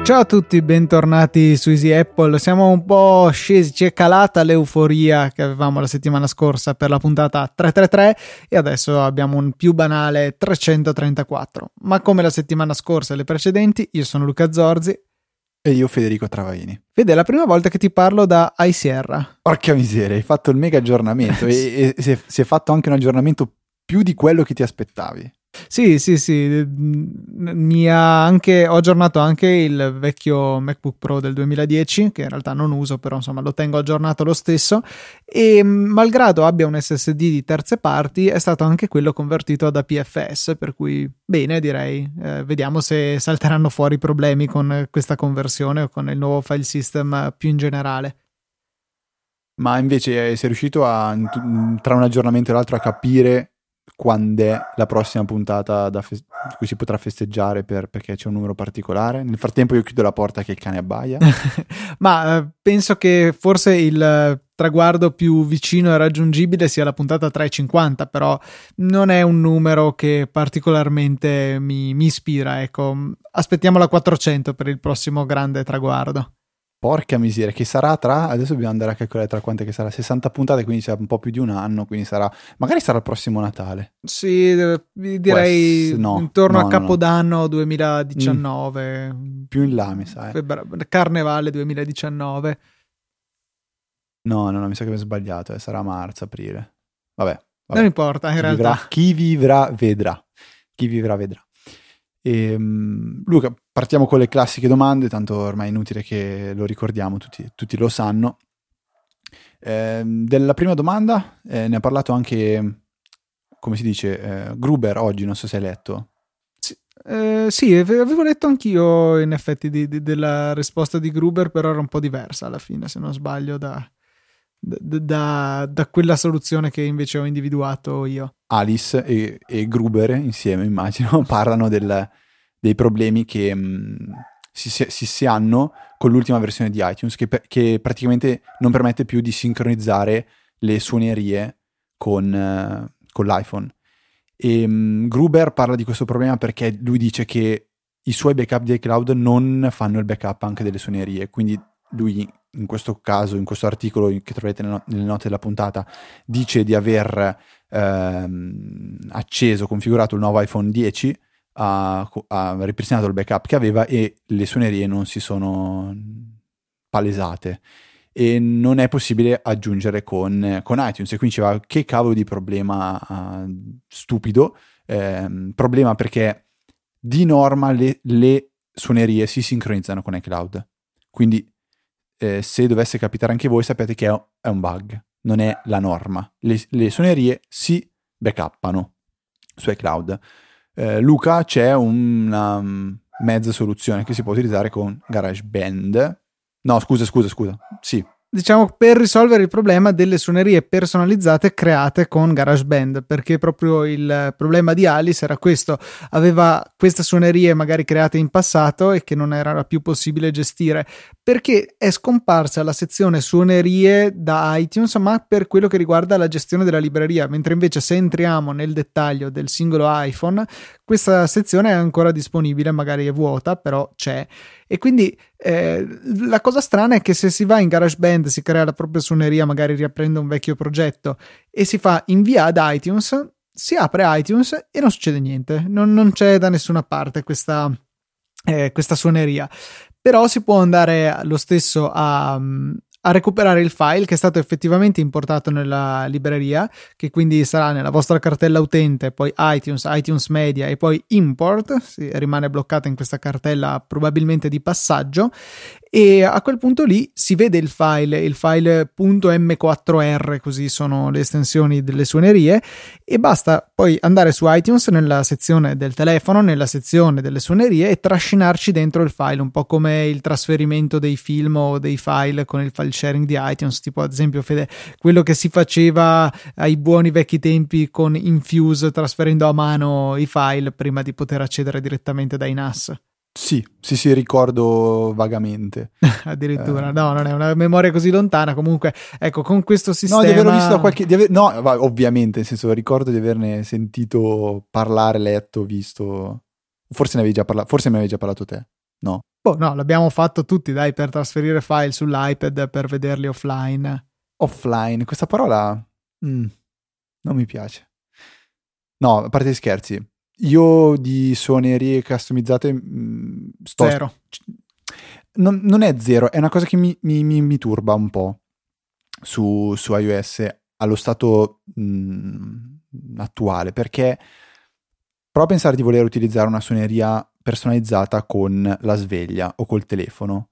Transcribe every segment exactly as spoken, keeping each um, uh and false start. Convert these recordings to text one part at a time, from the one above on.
Ciao a tutti, bentornati su Easy Apple. Siamo un po' scesi, ci è calata l'euforia che avevamo la settimana scorsa per la puntata trecentotrentatré e adesso abbiamo un più banale trecentotrentaquattro. Ma come la settimana scorsa e le precedenti, io sono Luca Zorzi. E io Federico Travaini. Vede, è la prima volta che ti parlo da iSierra. Porca miseria, hai fatto il mega aggiornamento e, e si, è, si è fatto anche un aggiornamento più di quello che ti aspettavi. Sì, sì, sì, mi ha anche, ho aggiornato anche il vecchio MacBook Pro del duemiladieci, che in realtà non uso, però insomma lo tengo aggiornato lo stesso, e malgrado abbia un S S D di terze parti è stato anche quello convertito ad A P F S, per cui bene, direi. Eh, vediamo se salteranno fuori problemi con questa conversione o con il nuovo file system più in generale. Ma invece sei riuscito a, tra un aggiornamento e l'altro, a capire quando è la prossima puntata da fe- cui si potrà festeggiare per, perché c'è un numero particolare? Nel frattempo io chiudo la porta che il cane abbaia. Ma eh, penso che forse il traguardo più vicino e raggiungibile sia la puntata trecentocinquanta, però non è un numero che particolarmente mi, mi ispira, ecco. Aspettiamo la quattrocento per il prossimo grande traguardo. Porca miseria, che sarà tra, adesso dobbiamo andare a calcolare tra quante che sarà, sessanta puntate, quindi c'è un po' più di un anno, quindi sarà, magari sarà il prossimo Natale. Sì, direi essere, no, intorno no, a Capodanno no. duemiladiciannove. Mm, più in là, mi sa. Febra- Carnevale duemiladiciannove. No, no, no, mi sa che mi ho sbagliato, eh, sarà marzo, aprile. Vabbè. vabbè. Non importa, in chi realtà. Vivrà, chi vivrà vedrà. Chi vivrà vedrà. E, um, Luca, partiamo con le classiche domande, tanto ormai è inutile che lo ricordiamo, tutti, tutti lo sanno. Eh, della prima domanda eh, ne ha parlato anche, come si dice, eh, Gruber oggi, non so se hai letto. Sì, eh, sì, avevo letto anch'io in effetti di, di, della risposta di Gruber, però era un po' diversa alla fine, se non sbaglio, da, da, da, da quella soluzione che invece ho individuato io. Alice e, e Gruber insieme, immagino, parlano del, dei problemi che mh, si, si, si hanno con l'ultima versione di iTunes, che, che praticamente non permette più di sincronizzare le suonerie con, uh, con l'iPhone. E mh, Gruber parla di questo problema perché lui dice che i suoi backup di iCloud non fanno il backup anche delle suonerie, quindi lui in questo caso, in questo articolo che troverete nelle note della puntata, dice di aver ehm, acceso, configurato il nuovo iPhone dieci, ha, ha ripristinato il backup che aveva e le suonerie non si sono palesate e non è possibile aggiungere con, con iTunes, e quindi diceva che cavolo di problema uh, stupido, eh, problema perché di norma le, le suonerie si sincronizzano con iCloud, quindi Eh, se dovesse capitare anche voi sapete che è, è un bug, non è la norma. Le, le suonerie si backuppano su iCloud. Eh, Luca, c'è una um, mezza soluzione che si può utilizzare con GarageBand. No, scusa, scusa, scusa. Sì. Diciamo per risolvere il problema delle suonerie personalizzate create con GarageBand, perché proprio il problema di Alice era questo: aveva queste suonerie magari create in passato e che non era più possibile gestire perché è scomparsa la sezione suonerie da iTunes, ma per quello che riguarda la gestione della libreria, mentre invece se entriamo nel dettaglio del singolo iPhone questa sezione è ancora disponibile, magari è vuota, però c'è. E quindi eh, la cosa strana è che se si va in GarageBand, si crea la propria suoneria, magari riaprende un vecchio progetto e si fa invia ad iTunes, si apre iTunes e non succede niente, non, non c'è da nessuna parte questa, eh, questa suoneria. Però si può andare lo stesso a... a recuperare il file che è stato effettivamente importato nella libreria, che quindi sarà nella vostra cartella utente, poi iTunes, iTunes Media e poi Import, si rimane bloccata in questa cartella probabilmente di passaggio, e a quel punto lì si vede il file, il file .m quattro r, così sono le estensioni delle suonerie, e basta poi andare su iTunes nella sezione del telefono, nella sezione delle suonerie e trascinarci dentro il file, un po' come il trasferimento dei film o dei file con il file sharing di iTunes, tipo ad esempio Fede, quello che si faceva ai buoni vecchi tempi con Infuse, trasferendo a mano i file prima di poter accedere direttamente dai N A S. Sì, sì, sì, ricordo vagamente. Addirittura, eh. No, non è una memoria così lontana. Comunque, ecco, con questo sistema... No, di averlo visto da qualche... Di aver... No, ovviamente, nel senso, ricordo di averne sentito parlare, letto, visto... Forse ne avevi già parlato, forse me ne avevi già parlato te. no? Boh, no, l'abbiamo fatto tutti, dai, per trasferire file sull'iPad, per vederli offline. Offline, questa parola mm, non mi piace. No, a parte gli scherzi, io di suonerie customizzate mh, sto... Zero. Non, non è zero, è una cosa che mi, mi, mi, mi turba un po' su, su iOS allo stato mh, attuale, perché prova a pensare di voler utilizzare una suoneria personalizzata con la sveglia o col telefono.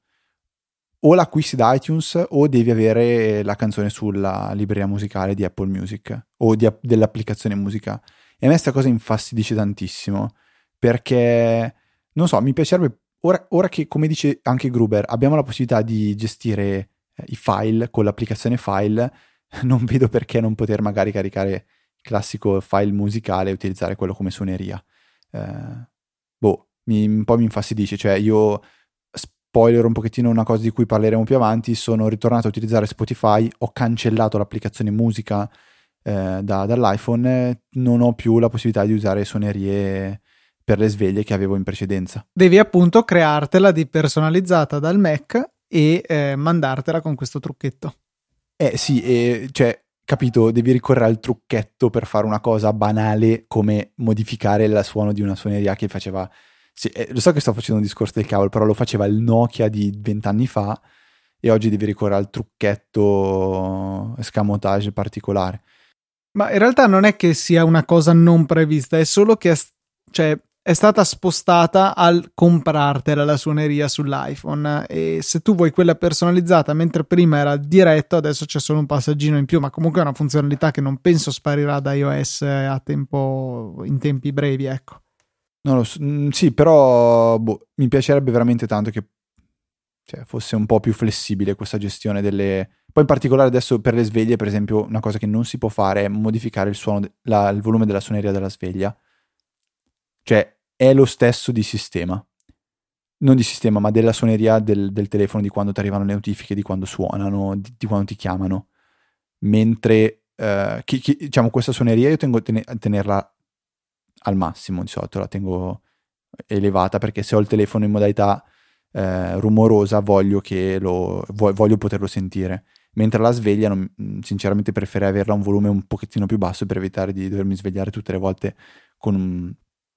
O l'acquisti da iTunes o devi avere la canzone sulla libreria musicale di Apple Music o di, dell'applicazione musica. E a me questa cosa infastidisce tantissimo, perché, non so, mi piacerebbe, ora, ora che, come dice anche Gruber, abbiamo la possibilità di gestire eh, i file con l'applicazione file, non vedo perché non poter magari caricare il classico file musicale e utilizzare quello come suoneria. Eh, boh, mi, un po' mi infastidisce, cioè io... Spoiler un pochettino una cosa di cui parleremo più avanti, sono ritornato a utilizzare Spotify, ho cancellato l'applicazione musica eh, da, dall'iPhone, non ho più la possibilità di usare suonerie per le sveglie che avevo in precedenza. Devi appunto creartela di personalizzata dal Mac e eh, mandartela con questo trucchetto. Eh sì, e, cioè, capito, devi ricorrere al trucchetto per fare una cosa banale come modificare il suono di una suoneria che faceva... Sì, eh, lo so che sto facendo un discorso del cavolo, però lo faceva il Nokia di vent'anni fa e oggi devi ricorrere al trucchetto escamotage particolare. Ma in realtà non è che sia una cosa non prevista, è solo che è, cioè, è stata spostata al comprartela la suoneria sull'iPhone, e se tu vuoi quella personalizzata mentre prima era diretto, adesso c'è solo un passaggino in più, ma comunque è una funzionalità che non penso sparirà da iOS a tempo, in tempi brevi, ecco. Non lo so, sì, però boh, mi piacerebbe veramente tanto che cioè, fosse un po' più flessibile questa gestione delle... Poi in particolare adesso per le sveglie, per esempio, una cosa che non si può fare è modificare il suono, de- la, il volume della suoneria della sveglia. Cioè, è lo stesso di sistema. Non di sistema, ma della suoneria del, del telefono, di quando ti arrivano le notifiche, di quando suonano, di, di quando ti chiamano. Mentre, eh, chi, chi, diciamo, questa suoneria io tengo a ten- tenerla al massimo, di solito la tengo elevata, perché se ho il telefono in modalità eh, rumorosa voglio che lo voglio poterlo sentire, mentre la sveglia non, sinceramente preferirei averla a un volume un pochettino più basso per evitare di dovermi svegliare tutte le volte con un,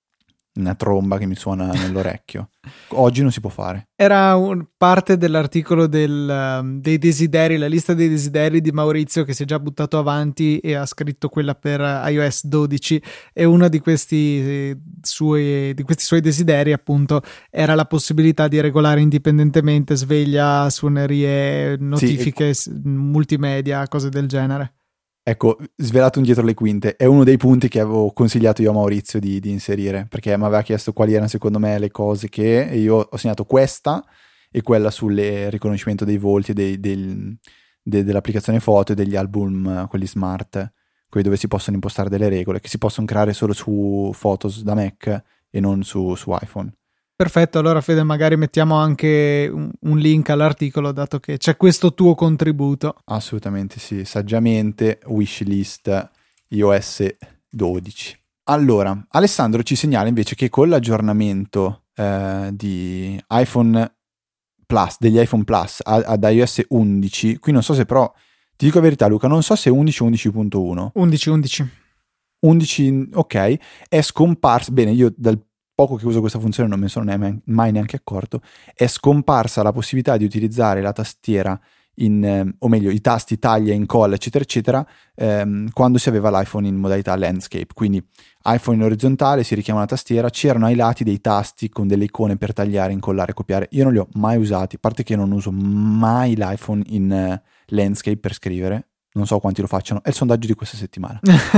una tromba che mi suona nell'orecchio. Oggi non si può fare. Era un, parte dell'articolo del, um, dei desideri, la lista dei desideri di Maurizio, che si è già buttato avanti e ha scritto quella per iOS dodici, e uno di questi, eh, suoi, di questi suoi desideri appunto era la possibilità di regolare indipendentemente sveglia, suonerie, notifiche, sì, e... multimedia, cose del genere. Ecco, svelato un dietro le quinte, è uno dei punti che avevo consigliato io a Maurizio di, di inserire, perché mi aveva chiesto quali erano secondo me le cose che, e io ho segnato questa e quella sul riconoscimento dei volti dei, del, de, dell'applicazione foto e degli album, quelli smart, quelli dove si possono impostare delle regole, che si possono creare solo su Photos da Mac e non su, su iPhone. Perfetto, allora Fede, magari mettiamo anche un, un link all'articolo, dato che c'è questo tuo contributo. Assolutamente sì, saggiamente, wishlist iOS dodici. Allora, Alessandro ci segnala invece che con l'aggiornamento eh, di iPhone Plus, degli iPhone Plus ad, ad iOS undici, qui non so se però, ti dico la verità Luca, non so se undici o undici punto uno. undici, undici. undici, ok, è scomparso, bene, io dal poco che uso questa funzione non me ne sono ne- mai neanche accorto, è scomparsa la possibilità di utilizzare la tastiera in, eh, o meglio i tasti taglia, incolla eccetera eccetera ehm, quando si aveva l'iPhone in modalità landscape, quindi iPhone in orizzontale, si richiama la tastiera, c'erano ai lati dei tasti con delle icone per tagliare, incollare, copiare. Io non li ho mai usati, a parte che non uso mai l'iPhone in eh, landscape per scrivere, non so quanti lo facciano, è il sondaggio di questa settimana.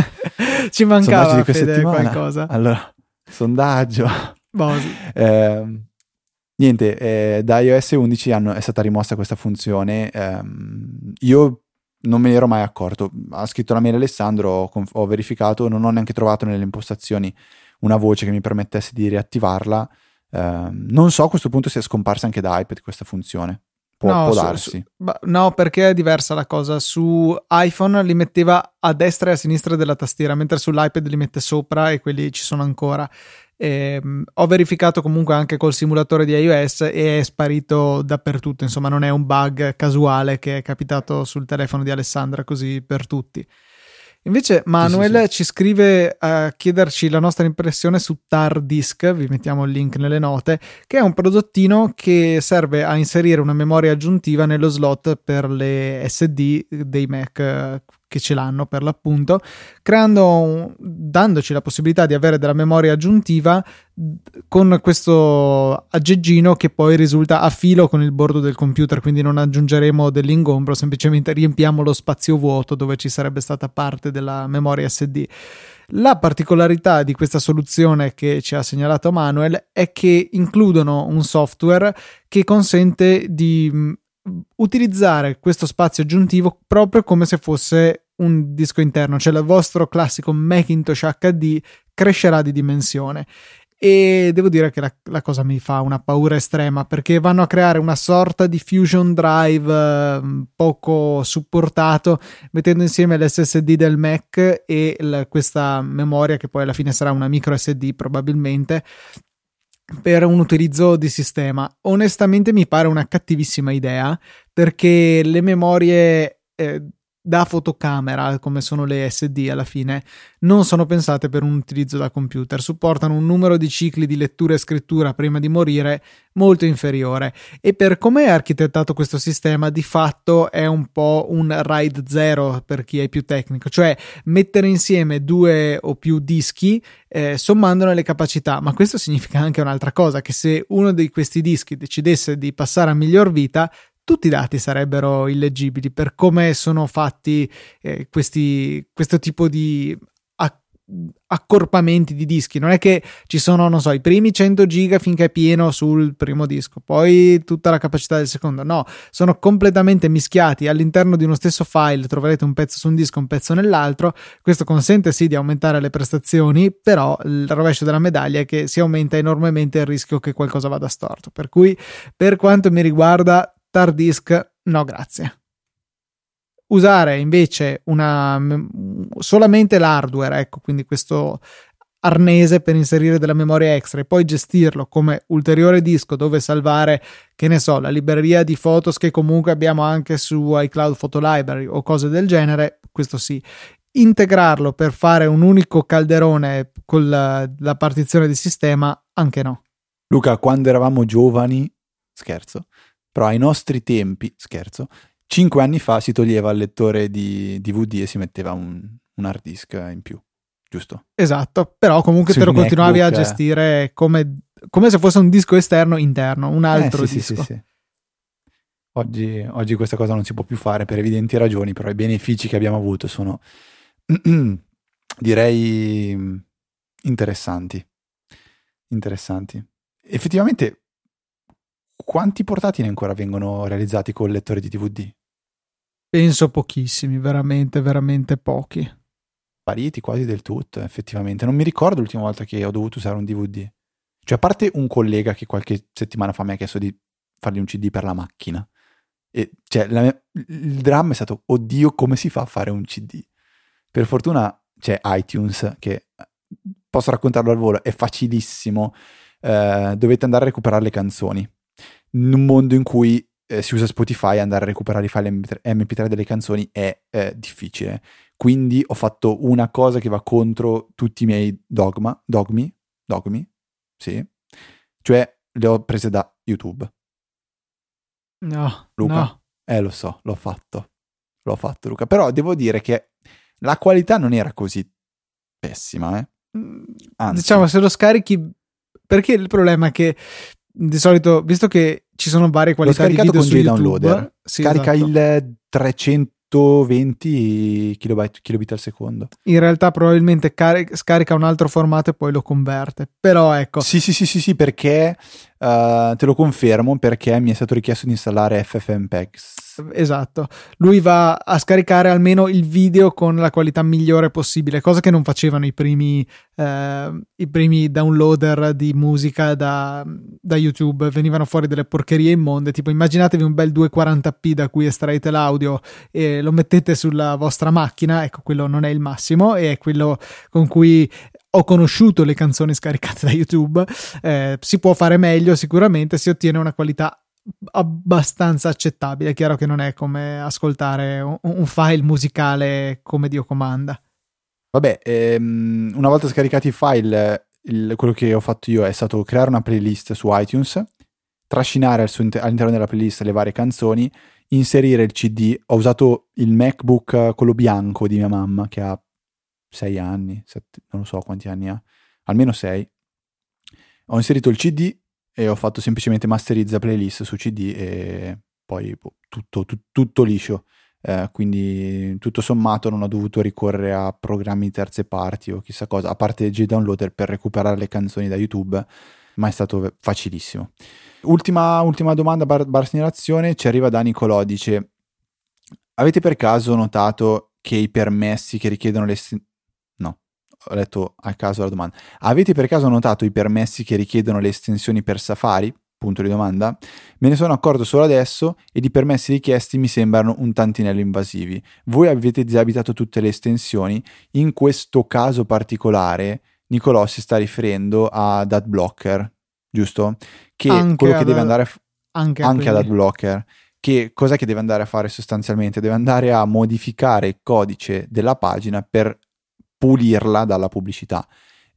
Ci mancava di questa Fede, settimana. qualcosa. Allora, sondaggio. Boh. eh, niente, eh, da iOS undici hanno, è stata rimossa questa funzione. ehm, io non me ne ero mai accorto. Ha scritto la mail Alessandro, ho, conf- ho verificato, non ho neanche trovato nelle impostazioni una voce che mi permettesse di riattivarla. ehm, non so a questo punto se è scomparsa anche da iPad questa funzione. può, no, può su, darsi. Su, no, perché è diversa la cosa. Su iPhone li metteva a destra e a sinistra della tastiera, mentre sull'iPad li mette sopra e quelli ci sono ancora. E, mh, ho verificato comunque anche col simulatore di iOS e è sparito dappertutto. Insomma, non è un bug casuale che è capitato sul telefono di Alessandra così per tutti. Invece Manuel sì, sì, sì. ci scrive a chiederci la nostra impressione su TarDisk, vi mettiamo il link nelle note, che è un prodottino che serve a inserire una memoria aggiuntiva nello slot per le S D dei Mac che ce l'hanno per l'appunto, creando un, dandoci la possibilità di avere della memoria aggiuntiva con questo aggeggino che poi risulta a filo con il bordo del computer, quindi non aggiungeremo dell'ingombro, semplicemente riempiamo lo spazio vuoto dove ci sarebbe stata parte della memoria S D. La particolarità di questa soluzione che ci ha segnalato Manuel è che includono un software che consente di utilizzare questo spazio aggiuntivo proprio come se fosse un disco interno, cioè il vostro classico Macintosh acca di crescerà di dimensione. E devo dire che la, la cosa mi fa una paura estrema, perché vanno a creare una sorta di fusion drive eh, poco supportato, mettendo insieme l'S S D del Mac e la, questa memoria che poi alla fine sarà una micro S D probabilmente, per un utilizzo di sistema. Onestamente mi pare una cattivissima idea, perché le memorie eh, da fotocamera, come sono le S D alla fine, non sono pensate per un utilizzo da computer, supportano un numero di cicli di lettura e scrittura prima di morire molto inferiore, e per come è architettato questo sistema di fatto è un po' un RAID zero per chi è più tecnico, cioè mettere insieme due o più dischi eh, sommandone le capacità. Ma questo significa anche un'altra cosa, che se uno di questi dischi decidesse di passare a miglior vita, tutti i dati sarebbero illeggibili per come sono fatti eh, questi, questo tipo di accorpamenti di dischi. Non è che ci sono, non so, i primi cento giga finché è pieno sul primo disco, poi tutta la capacità del secondo. No, sono completamente mischiati all'interno di uno stesso file. Troverete un pezzo su un disco, un pezzo nell'altro. Questo consente sì di aumentare le prestazioni, però il rovescio della medaglia è che si aumenta enormemente il rischio che qualcosa vada storto. Per cui, per quanto mi riguarda, TarDisk no grazie. Usare invece una solamente l'hardware, ecco, quindi questo arnese per inserire della memoria extra e poi gestirlo come ulteriore disco dove salvare, che ne so, la libreria di Photos che comunque abbiamo anche su iCloud Photo Library o cose del genere, questo sì. Integrarlo per fare un unico calderone con la, la partizione di sistema, anche no. Luca, quando eravamo giovani, scherzo, però ai nostri tempi, scherzo, cinque anni fa si toglieva il lettore di D V D e si metteva un, un hard disk in più, giusto? Esatto, però comunque te lo continuavi a gestire come, come se fosse un disco esterno interno, un altro eh, sì, disco. Sì, sì, sì. Oggi, oggi questa cosa non si può più fare per evidenti ragioni, però i benefici che abbiamo avuto sono, direi, interessanti. Interessanti. Effettivamente, quanti portatili ancora vengono realizzati con lettore di D V D? Penso pochissimi, veramente, veramente pochi. Spariti quasi del tutto, effettivamente. Non mi ricordo l'ultima volta che ho dovuto usare un D V D. Cioè, a parte un collega che qualche settimana fa mi ha chiesto di fargli un C D per la macchina. E cioè, la mia, il dramma è stato, oddio, come si fa a fare un C D? Per fortuna c'è iTunes, che posso raccontarlo al volo, è facilissimo. Eh, dovete andare a recuperare le canzoni. In un mondo in cui eh, si usa Spotify, andare a recuperare i file M P tre delle canzoni è eh, difficile. Quindi ho fatto una cosa che va contro tutti i miei dogma, dogmi, dogmi, sì, cioè le ho prese da YouTube. No, Luca? No. Eh, lo so, l'ho fatto, l'ho fatto Luca, però devo dire che la qualità non era così pessima, eh. Anzi. Diciamo, se lo scarichi, perché il problema è che di solito, visto che ci sono varie qualità di video su YouTube, sì, carica esatto. il trecentoventi kilobyte, kilobit al secondo. In realtà probabilmente carica, scarica un altro formato e poi lo converte. Però ecco. Sì, sì, sì, sì, sì, perché uh, te lo confermo perché mi è stato richiesto di installare F F mpeg. Esatto, lui va a scaricare almeno il video con la qualità migliore possibile, cosa che non facevano i primi, eh, i primi downloader di musica da, da YouTube. Venivano fuori delle porcherie immonde, tipo immaginatevi un bel duecentoquaranta p da cui estraete l'audio e lo mettete sulla vostra macchina. Ecco, quello non è il massimo, e è quello con cui ho conosciuto le canzoni scaricate da YouTube. Eh, si può fare meglio, sicuramente si ottiene una qualità abbastanza accettabile. È chiaro che non è come ascoltare un, un file musicale come Dio comanda. Vabbè, ehm, una volta scaricati i file, il, quello che ho fatto io è stato creare una playlist su iTunes, trascinare al suo inter- all'interno della playlist le varie canzoni, inserire il C D. Ho usato il MacBook, quello bianco di mia mamma, che ha sei anni, sette, non lo so quanti anni ha, almeno sei. Ho inserito il C D e ho fatto semplicemente masterizza playlist su C D e poi boh, tutto, tu, tutto liscio. Eh, quindi tutto sommato non ho dovuto ricorrere a programmi terze parti o chissà cosa, a parte JDownloader per recuperare le canzoni da YouTube, ma è stato facilissimo. Ultima, ultima domanda bar, bar segnalazione, ci arriva da Nicolò, dice: avete per caso notato che i permessi che richiedono le no ho letto a caso la domanda avete per caso notato i permessi che richiedono le estensioni per Safari? Punto di domanda. Me ne sono accorto solo adesso ed i permessi richiesti mi sembrano un tantinello invasivi. Voi avete disabilitato tutte le estensioni? In questo caso particolare Nicolò si sta riferendo ad AdBlocker, giusto? Che anche quello che ad, deve andare a f- anche, anche ad AdBlocker, che cos'è che deve andare a fare sostanzialmente? Deve andare a modificare il codice della pagina per pulirla dalla pubblicità.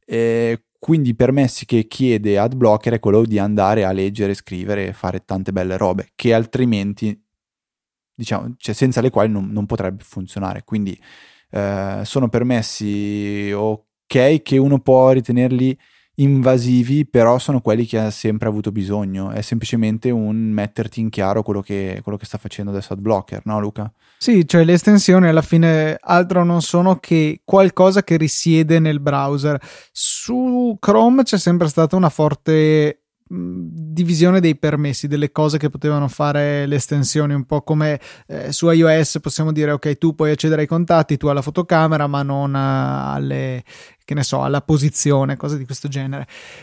Eh, quindi i permessi che chiede AdBlocker è quello di andare a leggere, scrivere e fare tante belle robe che altrimenti, diciamo, cioè senza le quali non, non potrebbe funzionare. Quindi eh, sono permessi ok che uno può ritenerli invasivi, però sono quelli che ha sempre avuto bisogno. È semplicemente un metterti in chiaro quello che, quello che sta facendo adesso AdBlocker, no Luca? Sì, cioè le estensioni alla fine altro non sono che qualcosa che risiede nel browser. Su Chrome c'è sempre stata una forte divisione dei permessi, delle cose che potevano fare le estensioni, un po' come eh, su iOS possiamo dire ok, tu puoi accedere ai contatti, tu alla fotocamera, ma non alle, che ne so, alla posizione, cose di questo genere.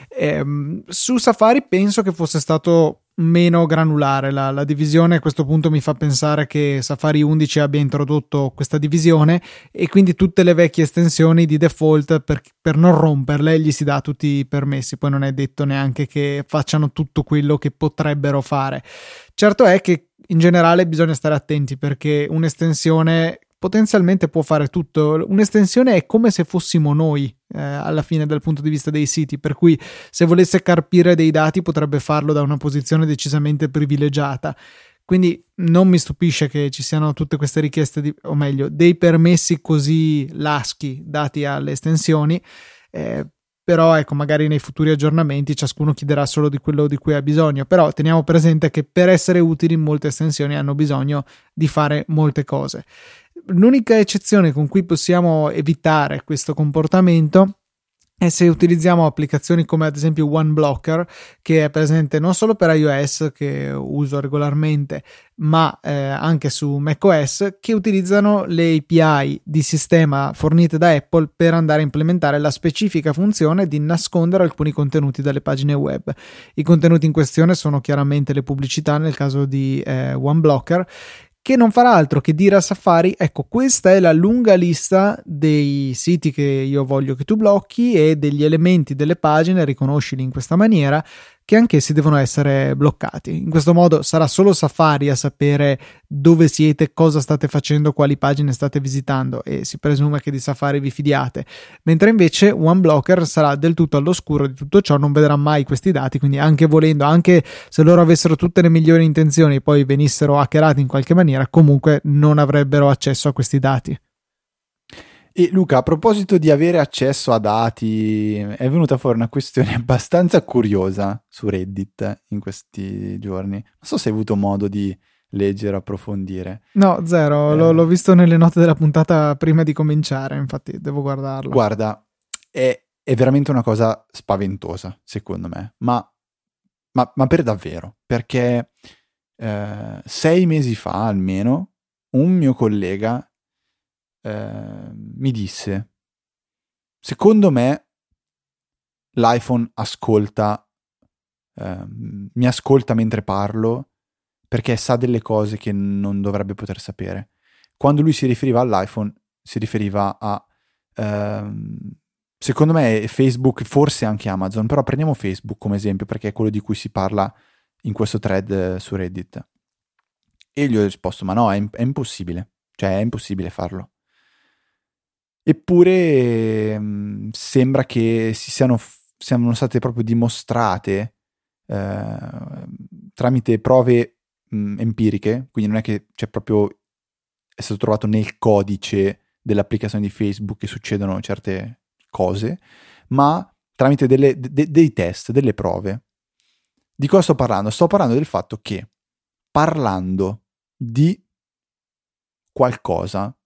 Ehm, su Safari penso che fosse stato meno granulare la, la divisione. A questo punto mi fa pensare che Safari undici abbia introdotto questa divisione e quindi tutte le vecchie estensioni di default, per, per non romperle, gli si dà tutti i permessi. Poi non è detto neanche che facciano tutto quello che potrebbero fare. Certo è che in generale bisogna stare attenti, perché un'estensione potenzialmente può fare tutto. Un'estensione è come se fossimo noi eh, alla fine dal punto di vista dei siti, per cui se volesse carpire dei dati potrebbe farlo da una posizione decisamente privilegiata. Quindi non mi stupisce che ci siano tutte queste richieste di, o meglio, dei permessi così laschi dati alle estensioni, eh, però ecco, magari nei futuri aggiornamenti ciascuno chiederà solo di quello di cui ha bisogno. Però teniamo presente che per essere utili molte estensioni hanno bisogno di fare molte cose. L'unica eccezione con cui possiamo evitare questo comportamento è se utilizziamo applicazioni come ad esempio OneBlocker, che è presente non solo per iOS, che uso regolarmente, ma eh, anche su macOS, che utilizzano le A P I di sistema fornite da Apple per andare a implementare la specifica funzione di nascondere alcuni contenuti dalle pagine web. I contenuti in questione sono chiaramente le pubblicità nel caso di eh, OneBlocker, che non farà altro che dire a Safari: ecco, questa è la lunga lista dei siti che io voglio che tu blocchi e degli elementi delle pagine, riconoscili in questa maniera, che anch'essi devono essere bloccati. In questo modo sarà solo Safari a sapere dove siete, cosa state facendo, quali pagine state visitando, e si presume che di Safari vi fidiate, mentre invece OneBlocker sarà del tutto all'oscuro di tutto ciò, non vedrà mai questi dati. Quindi anche volendo, anche se loro avessero tutte le migliori intenzioni e poi venissero hackerati in qualche maniera, comunque non avrebbero accesso a questi dati. E Luca, a proposito di avere accesso a dati, è venuta fuori una questione abbastanza curiosa su Reddit in questi giorni. Non so se hai avuto modo di leggere, approfondire. No, zero, eh, l'ho, l'ho visto nelle note della puntata prima di cominciare, infatti devo guardarlo. Guarda, è, è veramente una cosa spaventosa, secondo me, ma ma, ma per davvero, perché eh, sei mesi fa almeno un mio collega eh, mi disse: secondo me l'iPhone ascolta, eh, mi ascolta mentre parlo perché sa delle cose che non dovrebbe poter sapere. Quando lui si riferiva all'iPhone, si riferiva a, ehm, secondo me, Facebook, forse anche Amazon, però prendiamo Facebook come esempio perché è quello di cui si parla in questo thread eh, su Reddit. E gli ho risposto: ma no, è, è impossibile, cioè è impossibile farlo. Eppure mh, sembra che si siano, siano state proprio dimostrate eh, tramite prove mh, empiriche, quindi non è che c'è proprio, è stato trovato nel codice dell'applicazione di Facebook che succedono certe cose, ma tramite delle, de, dei test, delle prove. Di cosa sto parlando? Sto parlando del fatto che parlando di qualcosa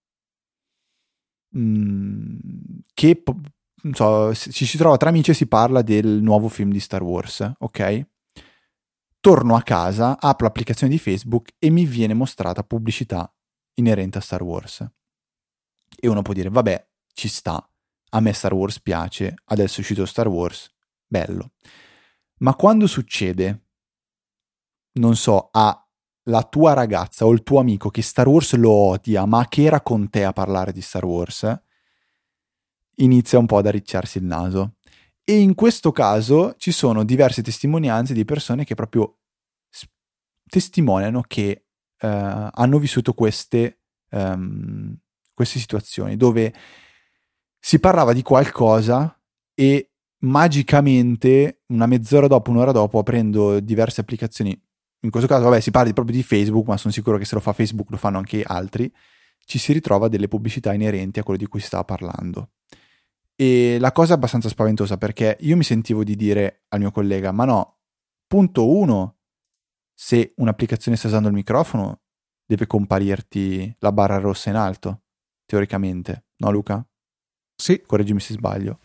mh, che non so, ci si trova tra amici e si parla del nuovo film di Star Wars, ok? Torno a casa, apro l'applicazione di Facebook e mi viene mostrata pubblicità inerente a Star Wars. E uno può dire: vabbè, ci sta, a me Star Wars piace, adesso è uscito Star Wars, bello. Ma quando succede, non so, a la tua ragazza o il tuo amico che Star Wars lo odia, ma che era con te a parlare di Star Wars, inizia un po' ad arricciarsi il naso. E in questo caso ci sono diverse testimonianze di persone che proprio testimoniano che uh, hanno vissuto queste, um, queste situazioni dove si parlava di qualcosa e magicamente una mezz'ora dopo, un'ora dopo, aprendo diverse applicazioni, in questo caso vabbè si parla proprio di Facebook, ma sono sicuro che se lo fa Facebook lo fanno anche altri, ci si ritrova delle pubblicità inerenti a quello di cui si stava parlando. E la cosa è abbastanza spaventosa, perché io mi sentivo di dire al mio collega: ma no, punto uno, se un'applicazione sta usando il microfono deve comparirti la barra rossa in alto, teoricamente, no Luca? Sì. Correggimi se sbaglio.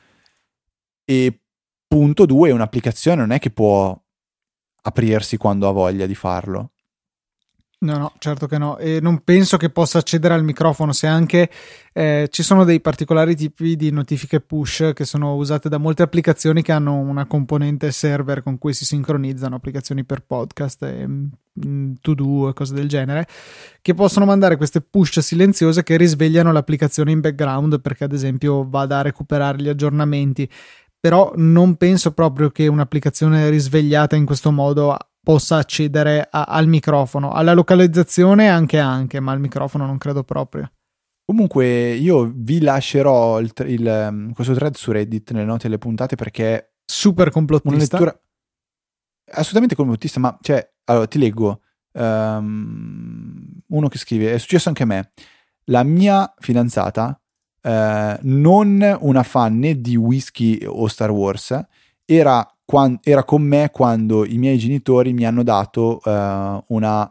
E punto due, un'applicazione non è che può aprirsi quando ha voglia di farlo. No, no, certo che no. E non penso che possa accedere al microfono, se anche eh, ci sono dei particolari tipi di notifiche push che sono usate da molte applicazioni che hanno una componente server con cui si sincronizzano, applicazioni per podcast e mm, to-do e cose del genere, che possono mandare queste push silenziose che risvegliano l'applicazione in background perché ad esempio vada a recuperare gli aggiornamenti. Però non penso proprio che un'applicazione risvegliata in questo modo possa accedere a, al microfono. Alla localizzazione anche anche, ma al microfono non credo proprio. Comunque io vi lascerò il, il, questo thread su Reddit nelle note delle puntate, perché super complottista. Una lettura assolutamente complottista, ma cioè, allora ti leggo um, uno che scrive: è successo anche a me, la mia fidanzata Uh, non una fan né di whisky o Star Wars, era, quando, era con me quando i miei genitori mi hanno dato uh, una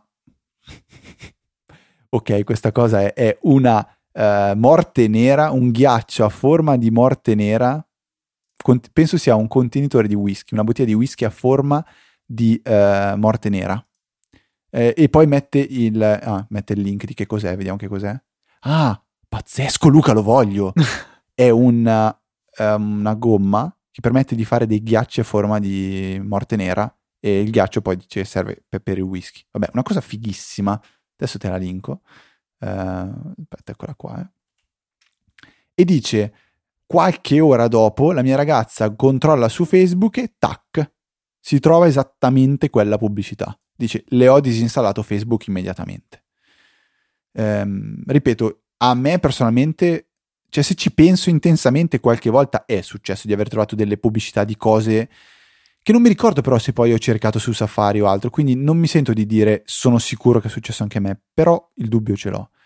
ok, questa cosa è, è una uh, morte nera, un ghiaccio a forma di morte nera, Cont- penso sia un contenitore di whisky, una bottiglia di whisky a forma di uh, morte nera, eh, e poi mette il, ah, mette il link di che cos'è, vediamo che cos'è. Ah, pazzesco Luca, lo voglio. È una, um, una gomma che permette di fare dei ghiacci a forma di morte nera, e il ghiaccio poi dice serve per, per il whisky. Vabbè, una cosa fighissima, adesso te la linko, uh, aspetta, eccola qua, eh. E dice: qualche ora dopo la mia ragazza controlla su Facebook e tac, si trova esattamente quella pubblicità. Dice: le ho disinstallato Facebook immediatamente. Um, ripeto, a me personalmente, cioè se ci penso intensamente, qualche volta è successo di aver trovato delle pubblicità di cose che non mi ricordo però se poi ho cercato su Safari o altro, quindi non mi sento di dire sono sicuro che è successo anche a me, però il dubbio ce l'ho.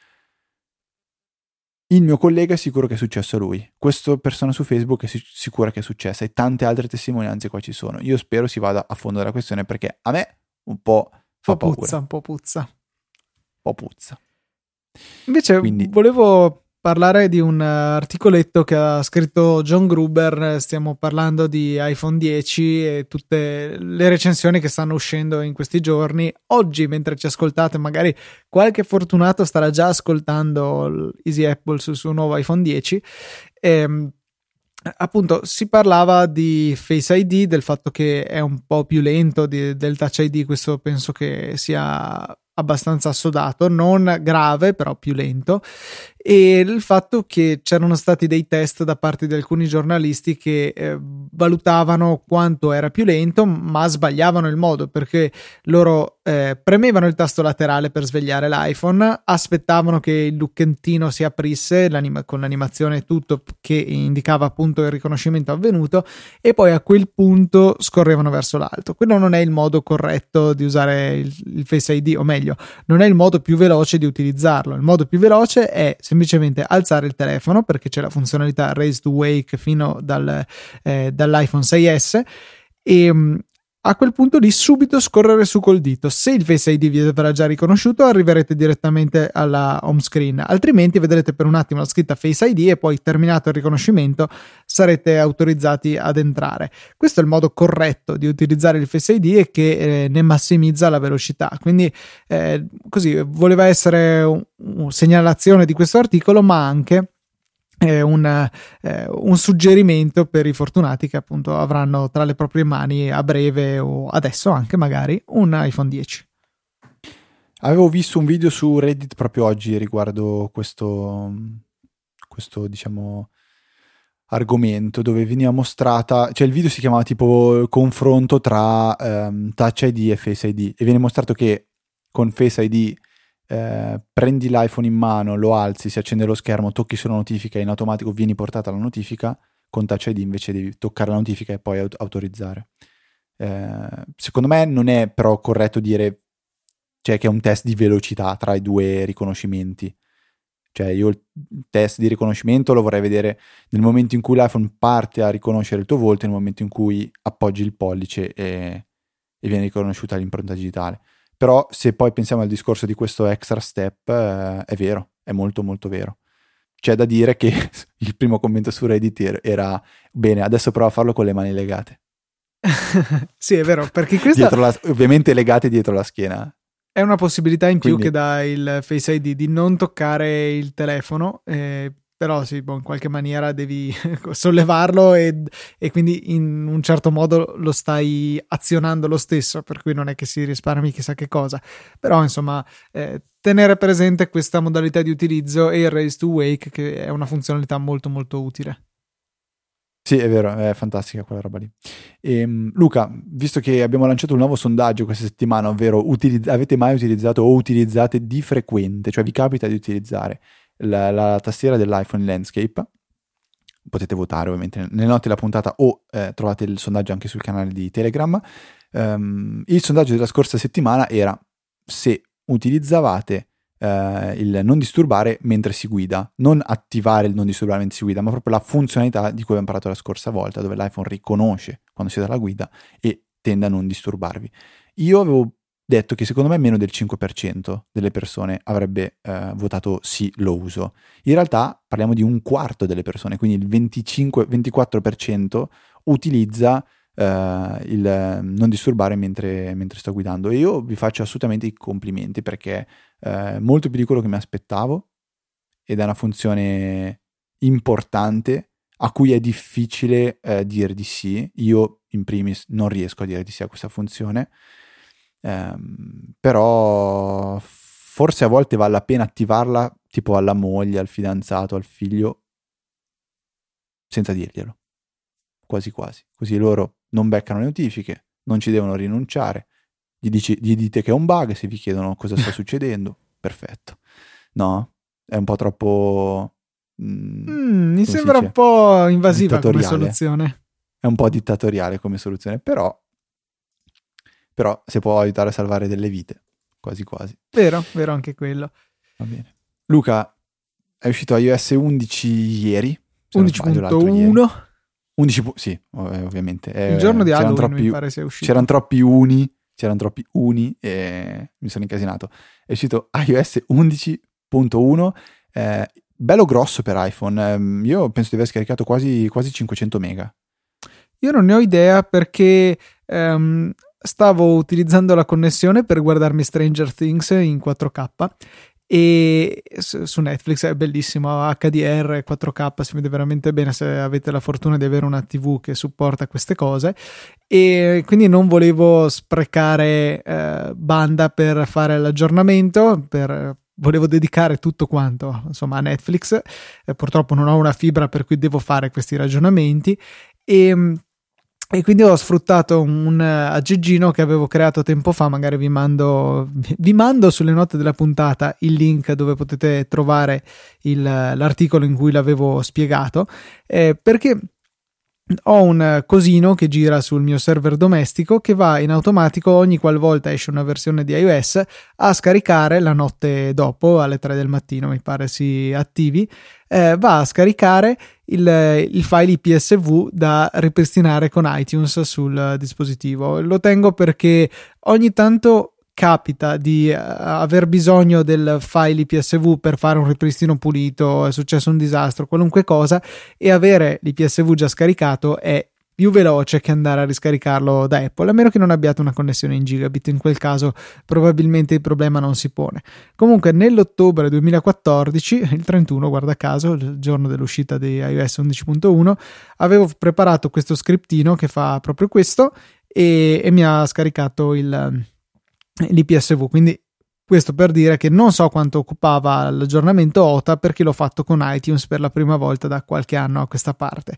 Il mio collega è sicuro che è successo a lui, questa persona su Facebook è sicura che è successa, e tante altre testimonianze qua ci sono. Io spero si vada a fondo della questione, perché a me un po' fa un po' paura. puzza, un po' puzza. Un po' puzza. Invece Quindi, volevo parlare di un articoletto che ha scritto John Gruber. Stiamo parlando di iPhone dieci e tutte le recensioni che stanno uscendo in questi giorni. Oggi, mentre ci ascoltate, magari qualche fortunato starà già ascoltando Easy Apple sul suo nuovo iPhone dieci. E, appunto, si parlava di Face I D, del fatto che è un po' più lento di, del Touch I D. Questo penso che sia abbastanza assodato, non grave, però più lento, e il fatto che c'erano stati dei test da parte di alcuni giornalisti che eh, valutavano quanto era più lento, ma sbagliavano il modo, perché loro eh, premevano il tasto laterale per svegliare l'iPhone, aspettavano che il lucchettino si aprisse l'anima- con l'animazione e tutto che indicava appunto il riconoscimento avvenuto, e poi a quel punto scorrevano verso l'alto. Quello non è il modo corretto di usare il, il Face I D, o meglio, non è il modo più veloce di utilizzarlo. Il modo più veloce è semplicemente alzare il telefono, perché c'è la funzionalità Raise to Wake fino dal, eh, dall'iPhone sei esse, e um, a quel punto lì subito scorrere su col dito. Se il Face I D vi avrà già riconosciuto, arriverete direttamente alla home screen, altrimenti vedrete per un attimo la scritta Face I D e poi, terminato il riconoscimento, sarete autorizzati ad entrare. Questo è il modo corretto di utilizzare il Face I D e che eh, ne massimizza la velocità. Quindi eh, così voleva essere un, un segnalazione di questo articolo, ma anche Eh, un, eh, un suggerimento per i fortunati che appunto avranno tra le proprie mani a breve, o adesso anche magari, un iPhone dieci. Avevo visto un video su Reddit proprio oggi riguardo questo, questo diciamo argomento, dove veniva mostrata, cioè il video si chiamava tipo confronto tra um, Touch I D e Face I D, e viene mostrato che con Face I D Eh, prendi l'iPhone in mano, lo alzi, si accende lo schermo, tocchi sulla notifica e in automatico vieni portata la notifica. Con Touch I D invece devi toccare la notifica e poi aut- autorizzare. Eh, secondo me non è però corretto dire, cioè, che è un test di velocità tra i due riconoscimenti. Cioè, io il test di riconoscimento lo vorrei vedere nel momento in cui l'iPhone parte a riconoscere il tuo volto, nel momento in cui appoggi il pollice e, e viene riconosciuta l'impronta digitale. Però se poi pensiamo al discorso di questo extra step, eh, è vero, è molto molto vero. C'è da dire che il primo commento su Reddit era: bene, adesso prova a farlo con le mani legate. Sì, è vero, perché questa dietro la, ovviamente legate dietro la schiena. È una possibilità in più Quindi, che dà il Face I D, di non toccare il telefono, eh, però sì, boh, in qualche maniera devi sollevarlo e, e quindi in un certo modo lo stai azionando lo stesso, per cui non è che si risparmi chissà che cosa. Però insomma, eh, tenere presente questa modalità di utilizzo e il Raise to Wake, che è una funzionalità molto molto utile. Sì, è vero, è fantastica quella roba lì. E, Luca, visto che abbiamo lanciato un nuovo sondaggio questa settimana, ovvero utilizz- avete mai utilizzato o utilizzate di frequente, cioè vi capita di utilizzare la, la tastiera dell'iPhone Landscape? Potete votare ovviamente nelle note della puntata, o eh, trovate il sondaggio anche sul canale di Telegram. Um, il sondaggio della scorsa settimana era se utilizzavate Uh, il non disturbare mentre si guida, non attivare il non disturbare mentre si guida, ma proprio la funzionalità di cui abbiamo parlato la scorsa volta, dove l'iPhone riconosce quando siete alla guida e tende a non disturbarvi. Io avevo detto che secondo me meno del cinque per cento delle persone avrebbe uh, votato sì, lo uso. In realtà parliamo di un quarto delle persone, quindi il venticinque ventiquattro per cento utilizza Uh, il non disturbare mentre, mentre sto guidando, e io vi faccio assolutamente i complimenti, perché è uh, molto più di quello che mi aspettavo ed è una funzione importante a cui è difficile uh, dire di sì. Io in primis non riesco a dire di sì a questa funzione, um, però forse a volte vale la pena attivarla tipo alla moglie, al fidanzato, al figlio, senza dirglielo, quasi quasi, così loro non beccano le notifiche, non ci devono rinunciare, gli, dici, gli dite che è un bug, se vi chiedono cosa sta succedendo, perfetto. No? È un po' troppo... Mm, mm, mi sembra un po' invasiva come soluzione. È un po' dittatoriale come soluzione, però, però se può aiutare a salvare delle vite, quasi quasi. Vero, vero anche quello. Va bene. Luca, è uscito iOS undici ieri. undici punto uno. undici, sì, ovviamente. Il eh, giorno di Halloween troppi, mi pare sia uscito. C'erano troppi uni, c'erano troppi uni e mi sono incasinato. È uscito iOS undici punto uno, eh, bello grosso per iPhone. Eh, io penso di aver scaricato quasi, quasi cinquecento mega. Io non ne ho idea perché ehm, stavo utilizzando la connessione per guardarmi Stranger Things in quattro K e su Netflix è bellissimo, acca di erre, quattro K, si vede veramente bene se avete la fortuna di avere una tivù che supporta queste cose, e quindi non volevo sprecare eh, banda per fare l'aggiornamento, per volevo dedicare tutto quanto insomma a Netflix. Eh, purtroppo non ho una fibra per cui devo fare questi ragionamenti e E quindi ho sfruttato un aggeggino che avevo creato tempo fa, magari vi mando, vi mando sulle note della puntata il link dove potete trovare il, l'articolo in cui l'avevo spiegato, eh, perché ho un cosino che gira sul mio server domestico che va in automatico ogni qualvolta esce una versione di iOS a scaricare la notte dopo, alle tre del mattino mi pare si attivi, eh, va a scaricare il, il file I P S V da ripristinare con iTunes sul dispositivo. Lo tengo perché ogni tanto capita di uh, aver bisogno del file I P S V per fare un ripristino pulito, è successo un disastro, qualunque cosa, e avere l'I P S V già scaricato è più veloce che andare a riscaricarlo da Apple, a meno che non abbiate una connessione in gigabit. In quel caso probabilmente il problema non si pone. Comunque nell'ottobre duemilaquattordici, il trentuno guarda caso, il giorno dell'uscita di iOS undici punto uno, avevo preparato questo scriptino che fa proprio questo e, e mi ha scaricato il l'I P S V, quindi questo per dire che non so quanto occupava l'aggiornamento O T A perché l'ho fatto con iTunes per la prima volta da qualche anno a questa parte.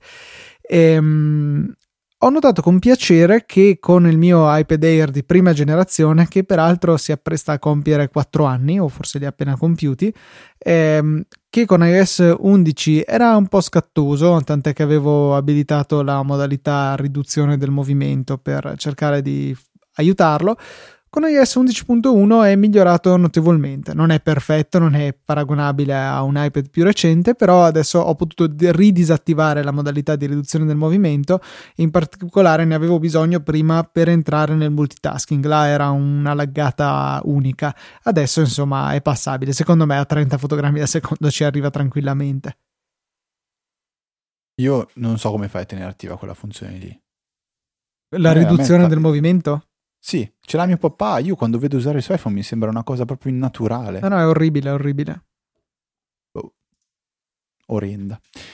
Ehm, ho notato con piacere che con il mio iPad Air di prima generazione, che peraltro si appresta a compiere quattro anni o forse li ha appena compiuti, ehm, che con iOS undici era un po' scattoso, tant'è che avevo abilitato la modalità riduzione del movimento per cercare di aiutarlo. Con iOS undici punto uno è migliorato notevolmente, non è perfetto, non è paragonabile a un iPad più recente, però adesso ho potuto ridisattivare la modalità di riduzione del movimento, in particolare ne avevo bisogno prima per entrare nel multitasking, là era una laggata unica, adesso insomma è passabile, secondo me a trenta fotogrammi al secondo ci arriva tranquillamente. Io non so come fai a tenere attiva quella funzione lì. La eh, riduzione del movimento? Sì, ce l'ha mio papà, io quando vedo usare il suo iPhone mi sembra una cosa proprio innaturale. No, no, è orribile, è orribile. Oh. Orrenda.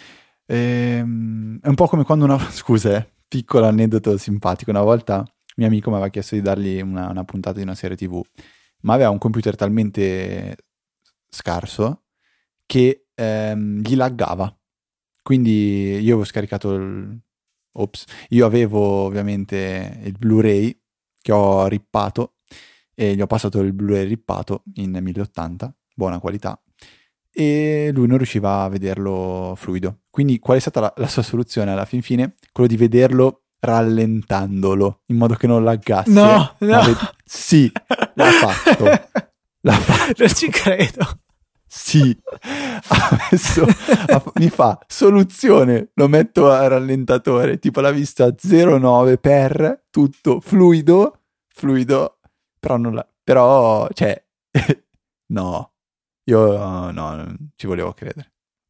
Ehm, è un po' come quando una... Scusa, eh, piccolo aneddoto simpatico. Una volta mio amico mi aveva chiesto di dargli una, una puntata di una serie tivù, ma aveva un computer talmente scarso che ehm, gli laggava. Quindi io avevo scaricato il... Ops. Io avevo ovviamente il Blu-ray che ho rippato e gli ho passato il Blu-ray rippato in mille ottanta, buona qualità, e lui non riusciva a vederlo fluido. Quindi qual è stata la, la sua soluzione alla fin fine? Quello di vederlo rallentandolo in modo che non laggasse. No, no. Ve- sì, l'ha fatto. L'ha fatto. Non ci credo. Sì, adesso mi fa soluzione, lo metto a rallentatore, tipo la vista zero virgola nove per tutto fluido, fluido, però non la, però, cioè, no, io no, non ci volevo credere.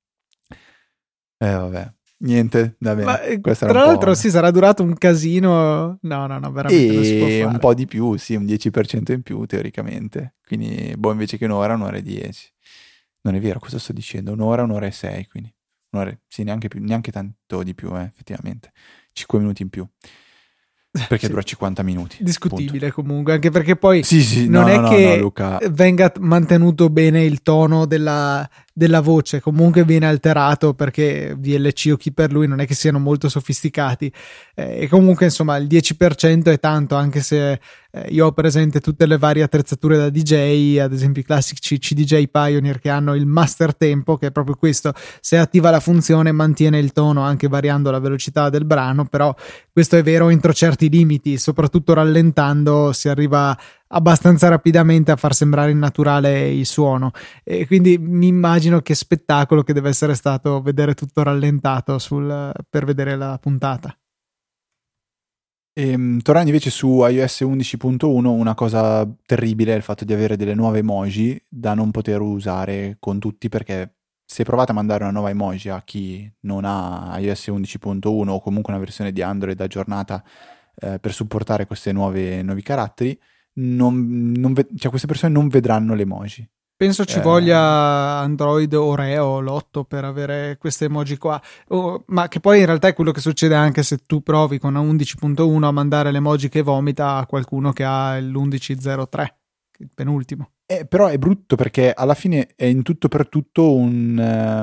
Eh vabbè, niente, va bene. Ma, tra l'altro sì, sarà durato un casino, no, no, no, veramente e non si può fare. Un po' di più, sì, un dieci per cento in più teoricamente, quindi, boh, invece che un'ora, un'ora e dieci. Non è vero, cosa sto dicendo? Un'ora, un'ora e sei, quindi. Un'ora, sì, neanche, più, neanche tanto di più, eh, effettivamente. cinque minuti in più. Perché sì. Dura cinquanta minuti. Discutibile punto. Comunque, anche perché poi sì, sì, non no, è no, che no, Luca. venga mantenuto bene il tono della, della voce, comunque viene alterato perché V L C o chi per lui non è che siano molto sofisticati. Eh, e comunque, insomma, il dieci per cento è tanto, anche se eh, io ho presente tutte le varie attrezzature da D J, ad esempio i classici C D J Pioneer che hanno il master tempo, che è proprio questo: se attiva la funzione mantiene il tono anche variando la velocità del brano, però questo è vero entro certi limiti, soprattutto rallentando si arriva abbastanza rapidamente a far sembrare innaturale il suono, e quindi mi immagino che spettacolo che deve essere stato vedere tutto rallentato sul, per vedere la puntata. E, tornando invece su iOS undici punto uno, una cosa terribile è il fatto di avere delle nuove emoji da non poter usare con tutti perché se provate a mandare una nuova emoji a chi non ha iOS undici punto uno o comunque una versione di Android aggiornata eh, per supportare questi nuovi caratteri, non, non ve- cioè queste persone non vedranno le emoji. Penso ci Eh, voglia Android Oreo l'otto per avere queste emoji qua, oh, ma che poi in realtà è quello che succede anche se tu provi con undici punto uno a mandare l'emoji che vomita a qualcuno che ha l'undici punto zero tre, il penultimo. eh, però è brutto perché alla fine è in tutto per tutto un,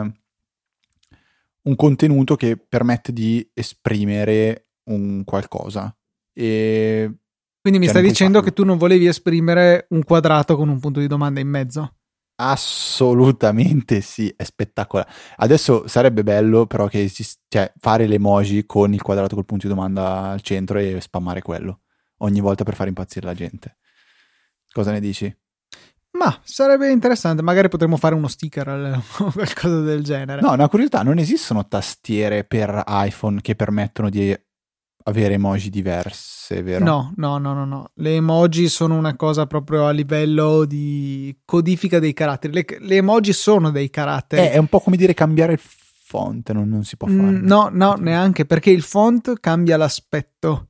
eh, un contenuto che permette di esprimere un qualcosa. E Quindi mi cioè, stai non puoi dicendo farlo. che tu non volevi esprimere un quadrato con un punto di domanda in mezzo? Assolutamente sì, è spettacolare. Adesso sarebbe bello però che esist- cioè, fare le emoji con il quadrato col punto di domanda al centro e spammare quello ogni volta per far impazzire la gente. Cosa ne dici? Ma sarebbe interessante, magari potremmo fare uno sticker o qualcosa del genere. No, una curiosità, non esistono tastiere per iPhone che permettono di avere emoji diverse, vero? No, no, no, no, no. Le emoji sono una cosa proprio a livello di codifica dei caratteri. Le, le emoji sono dei caratteri. Eh, è un po' come dire cambiare il font, non, non si può fare. Mm, no, no, neanche perché il font cambia l'aspetto.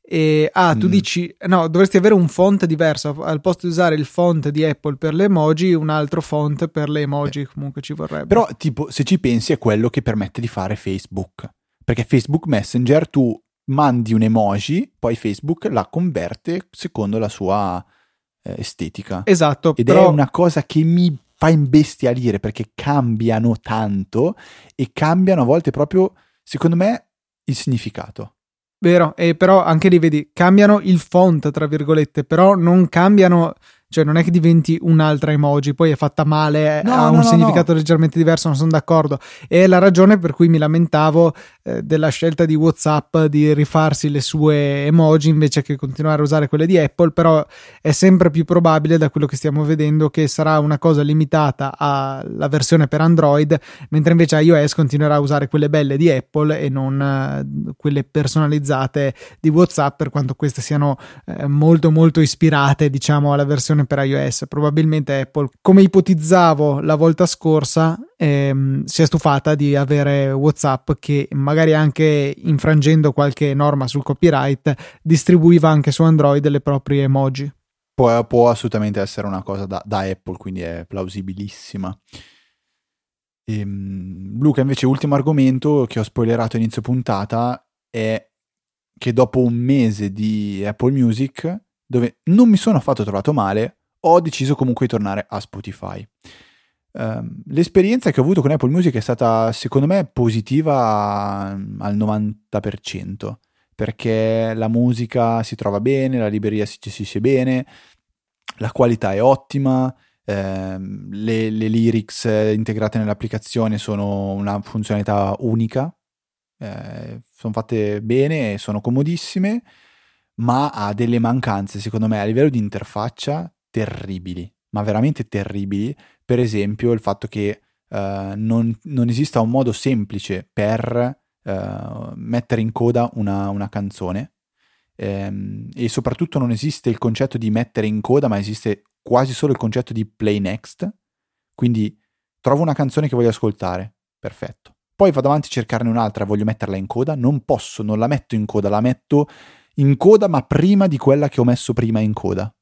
E, ah, tu Mm. dici, no, dovresti avere un font diverso. Al posto di usare il font di Apple per le emoji, un altro font per le emoji. Eh. Comunque ci vorrebbe. Però, tipo, se ci pensi, è quello che permette di fare Facebook. Perché Facebook Messenger tu mandi un emoji, poi Facebook la converte secondo la sua eh, estetica. Esatto, Ed però è una cosa che mi fa imbestialire perché cambiano tanto e cambiano a volte proprio, secondo me, il significato. vero, e però anche lì vedi, cambiano il font, tra virgolette, però non cambiano, cioè non è che diventi un'altra emoji, poi è fatta male, No, ha no, un no, significato no. leggermente diverso, non sono d'accordo. E è la ragione per cui mi lamentavo eh, della scelta di WhatsApp di rifarsi le sue emoji invece che continuare a usare quelle di Apple, però è sempre più probabile da quello che stiamo vedendo che sarà una cosa limitata alla versione per Android, mentre invece iOS continuerà a usare quelle belle di Apple e non eh, quelle personalizzate di WhatsApp, per quanto queste siano eh, molto molto ispirate, diciamo, alla versione per iOS. Probabilmente Apple, come ipotizzavo la volta scorsa, ehm, si è stufata di avere WhatsApp che magari anche infrangendo qualche norma sul copyright distribuiva anche su Android le proprie emoji. Può, può assolutamente essere una cosa da, da Apple, quindi è plausibilissima. Ehm, Luca, invece, ultimo argomento che ho spoilerato a inizio puntata è che dopo un mese di Apple Music, dove non mi sono affatto trovato male, ho deciso comunque di tornare a Spotify. Um, l'esperienza che ho avuto con Apple Music è stata, secondo me, positiva al novanta per cento, perché la musica si trova bene, la libreria si gestisce bene, la qualità è ottima, ehm, le, le lyrics integrate nell'applicazione sono una funzionalità unica, eh, sono fatte bene, sono comodissime, ma ha delle mancanze, secondo me, a livello di interfaccia terribili, ma veramente terribili. Per esempio il fatto che uh, non, non esista un modo semplice per uh, mettere in coda una, una canzone, ehm, e soprattutto non esiste il concetto di mettere in coda, ma esiste quasi solo il concetto di play next. Quindi trovo una canzone che voglio ascoltare, perfetto, poi vado avanti a cercarne un'altra, voglio metterla in coda, non posso, non la metto in coda, la metto in coda ma prima di quella che ho messo prima in coda,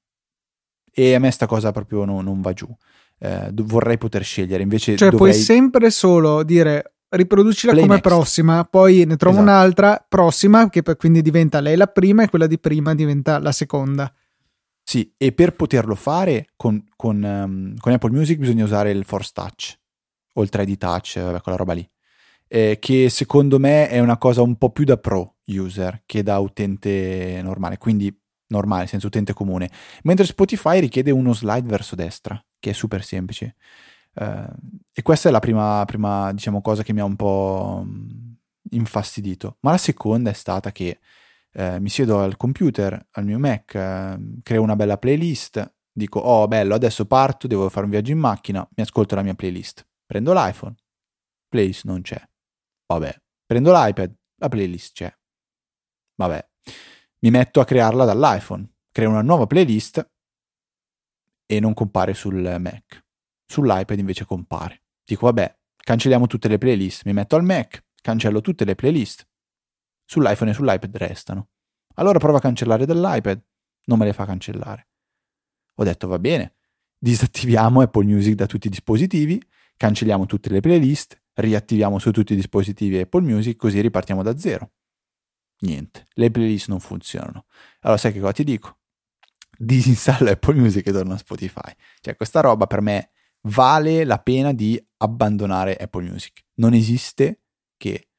e a me sta cosa proprio no, non va giù. Eh, vorrei poter scegliere, invece Cioè dovrei... puoi sempre solo dire riproducila Play come next. prossima, poi ne trovo Esatto. un'altra prossima che quindi diventa lei la prima e quella di prima diventa la seconda. Sì, e per poterlo fare con, con, um, con Apple Music bisogna usare il Force Touch o il tre D Touch, vabbè, quella roba lì, eh, che secondo me è una cosa un po' più da pro user che da utente normale, quindi normale, senza utente comune, mentre Spotify richiede uno slide verso destra, che è super semplice. Uh, e questa è la prima, prima, diciamo, cosa che mi ha un po' infastidito. Ma la seconda è stata che uh, mi siedo al computer, al mio Mac, uh, creo una bella playlist, dico, oh bello, adesso parto, devo fare un viaggio in macchina, mi ascolto la mia playlist. Prendo l'iPhone, playlist non c'è. Vabbè. Prendo l'iPad, la playlist c'è. Vabbè. Mi metto a crearla dall'iPhone, creo una nuova playlist e non compare sul Mac. Sull'iPad invece compare. Dico, vabbè, cancelliamo tutte le playlist, mi metto al Mac, cancello tutte le playlist, sull'iPhone e sull'iPad restano. Allora prova a cancellare dall'iPad, non me le fa cancellare. Ho detto va bene, disattiviamo Apple Music da tutti i dispositivi, cancelliamo tutte le playlist, riattiviamo su tutti i dispositivi Apple Music, così ripartiamo da zero. Niente, le playlist non funzionano. Allora sai che cosa ti dico? Disinstallo Apple Music e torno a Spotify. Cioè questa roba per me vale la pena di abbandonare Apple Music. Non esiste che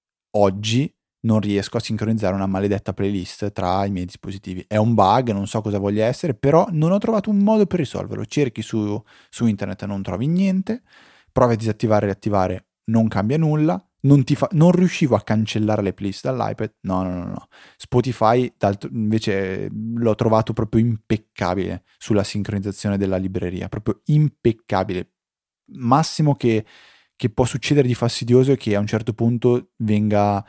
oggi non riesco a sincronizzare una maledetta playlist tra i miei dispositivi. È un bug, non so cosa voglia essere, però non ho trovato un modo per risolverlo. Cerchi su, su internet e non trovi niente, provi a disattivare e riattivare, non cambia nulla, non, ti fa, non riuscivo a cancellare le playlist dall'iPad, no, no, no, no. Spotify invece l'ho trovato proprio impeccabile sulla sincronizzazione della libreria, proprio impeccabile. Massimo che, che può succedere di fastidioso è che a un certo punto venga...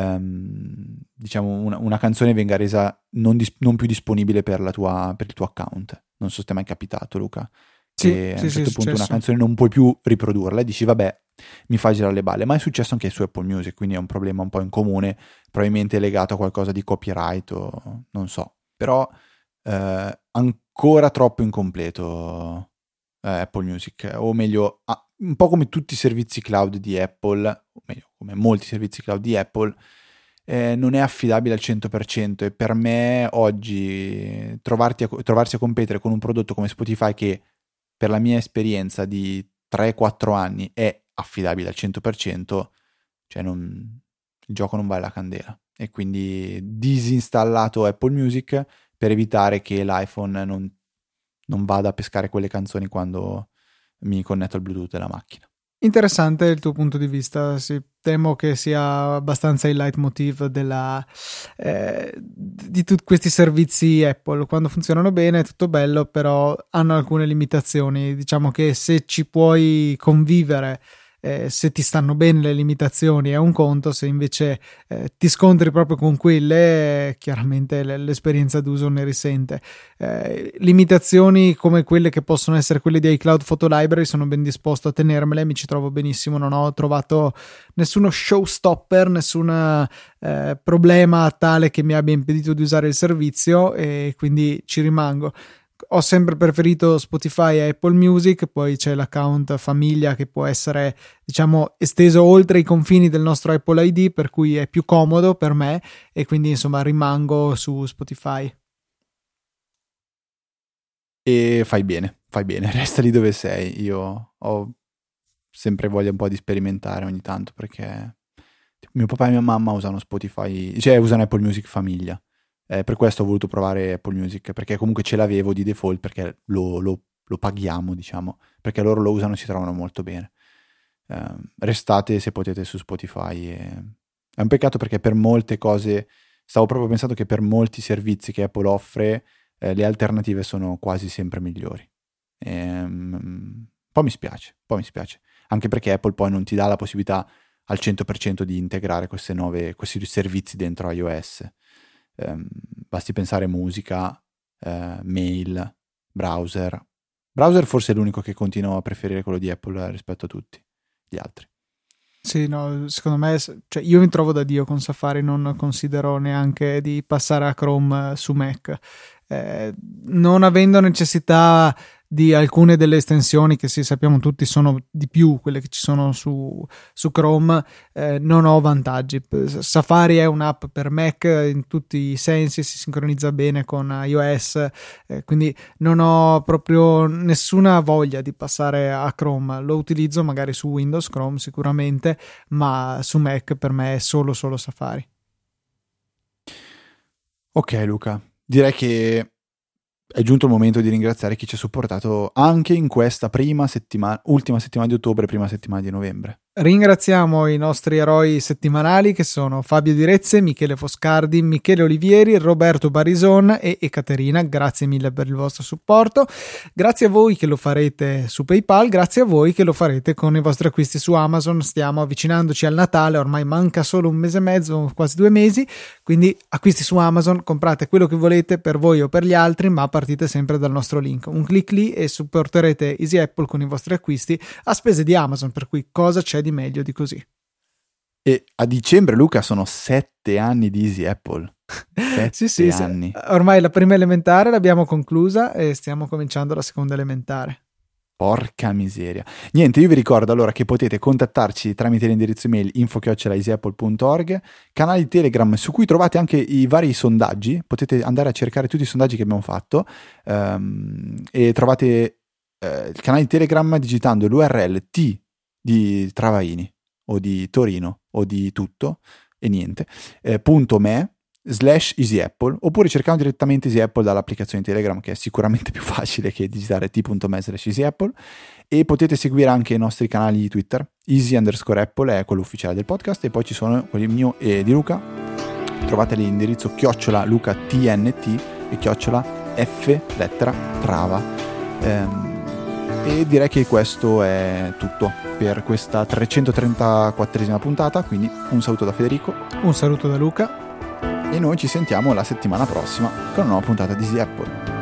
Um, diciamo una, una canzone venga resa non, dis- non più disponibile per, la tua, per il tuo account. Non so se ti è mai capitato, Luca, sì, che sì, a un certo sì, punto una canzone non puoi più riprodurla e dici vabbè, mi fa girare le balle. Ma è successo anche su Apple Music, quindi è un problema un po' in comune, probabilmente legato a qualcosa di copyright o non so, però eh, ancora troppo incompleto eh, Apple Music, o meglio ah, un po' come tutti i servizi cloud di Apple, o meglio, come molti servizi cloud di Apple, eh, non è affidabile al cento per cento, e per me oggi trovarti a, trovarsi a competere con un prodotto come Spotify, che per la mia esperienza di tre quattro anni è affidabile al cento per cento, cioè non, il gioco non vale la candela. E quindi disinstallato Apple Music per evitare che l'iPhone non, non vada a pescare quelle canzoni quando mi connetto al Bluetooth della macchina. Interessante il tuo punto di vista, sì. Temo che sia abbastanza il leitmotiv della, eh, di tutti questi servizi Apple. Quando funzionano bene è tutto bello, però hanno alcune limitazioni. Diciamo che se ci puoi convivere, eh, se ti stanno bene le limitazioni è un conto, se invece eh, ti scontri proprio con quelle, eh, chiaramente l- l'esperienza d'uso ne risente. Eh, limitazioni come quelle che possono essere quelle di iCloud Photo Library sono ben disposto a tenermele, mi ci trovo benissimo, non ho trovato nessuno showstopper, nessun eh, problema tale che mi abbia impedito di usare il servizio, e quindi ci rimango. Ho sempre preferito Spotify e Apple Music, poi c'è l'account famiglia che può essere, diciamo, esteso oltre i confini del nostro Apple I D, per cui è più comodo per me, e quindi insomma rimango su Spotify. E fai bene, fai bene, resta lì dove sei. Io ho sempre voglia un po' di sperimentare ogni tanto, perché mio papà e mia mamma usano Spotify, cioè usano Apple Music famiglia. Eh, per questo ho voluto provare Apple Music, perché comunque ce l'avevo di default, perché lo, lo, lo paghiamo, diciamo, perché loro lo usano e si trovano molto bene. Eh, restate se potete su Spotify. E... è un peccato perché per molte cose, stavo proprio pensando che per molti servizi che Apple offre, eh, le alternative sono quasi sempre migliori. E, um, un po' mi spiace, un po' mi spiace, anche perché Apple poi non ti dà la possibilità al cento per cento di integrare queste nuove, questi servizi dentro iOS. Um, basti pensare musica, uh, mail, browser. Browser forse è l'unico che continuo a preferire quello di Apple rispetto a tutti gli altri. Sì, no, secondo me, cioè io mi trovo da Dio con Safari, non considero neanche di passare a Chrome su Mac. Eh, non avendo necessità di alcune delle estensioni che sì, sappiamo tutti sono di più quelle che ci sono su, su Chrome, eh, non ho vantaggi. Safari è un'app per Mac in tutti i sensi, si sincronizza bene con iOS, eh, quindi non ho proprio nessuna voglia di passare a Chrome. Lo utilizzo magari su Windows Chrome sicuramente, ma su Mac per me è solo solo Safari. Ok Luca, direi che è giunto il momento di ringraziare chi ci ha supportato anche in questa prima settimana, ultima settimana di ottobre, prima settimana di novembre. Ringraziamo i nostri eroi settimanali che sono Fabio Direzze, Michele Foscardi, Michele Olivieri, Roberto Barison e Ekaterina. Grazie mille per il vostro supporto. Grazie a voi che lo farete su PayPal, grazie a voi che lo farete con i vostri acquisti su Amazon. Stiamo avvicinandoci al Natale, ormai manca solo un mese e mezzo, quasi due mesi, quindi acquisti su Amazon, comprate quello che volete per voi o per gli altri, ma partite sempre dal nostro link. Un clic lì e supporterete Easy Apple con i vostri acquisti a spese di Amazon, per cui cosa c'è di meglio di così. E a dicembre, Luca, sono sette anni di Easy Apple. Sette sì, sì, anni. Sì. Ormai la prima elementare l'abbiamo conclusa e stiamo cominciando la seconda elementare. Porca miseria. Niente, io vi ricordo allora che potete contattarci tramite l'indirizzo email info chiocciola easy apple punto org, canali Telegram su cui trovate anche i vari sondaggi, potete andare a cercare tutti i sondaggi che abbiamo fatto um, e trovate uh, il canale Telegram digitando l'U R L T di Travaini o di Torino o di tutto e niente eh, punto me slash easy apple, oppure cercando direttamente Easy Apple dall'applicazione Telegram, che è sicuramente più facile che digitare t.me slash easy apple. E potete seguire anche i nostri canali di Twitter, easy underscore apple è quello ufficiale del podcast, e poi ci sono quelli mio e di Luca, trovate l'indirizzo chiocciola luca tnt e chiocciola f lettera trava. ehm, E direi che questo è tutto per questa trecentotrentaquattresima puntata, quindi un saluto da Federico. Un saluto da Luca. E noi ci sentiamo la settimana prossima con una nuova puntata di Easy Apple.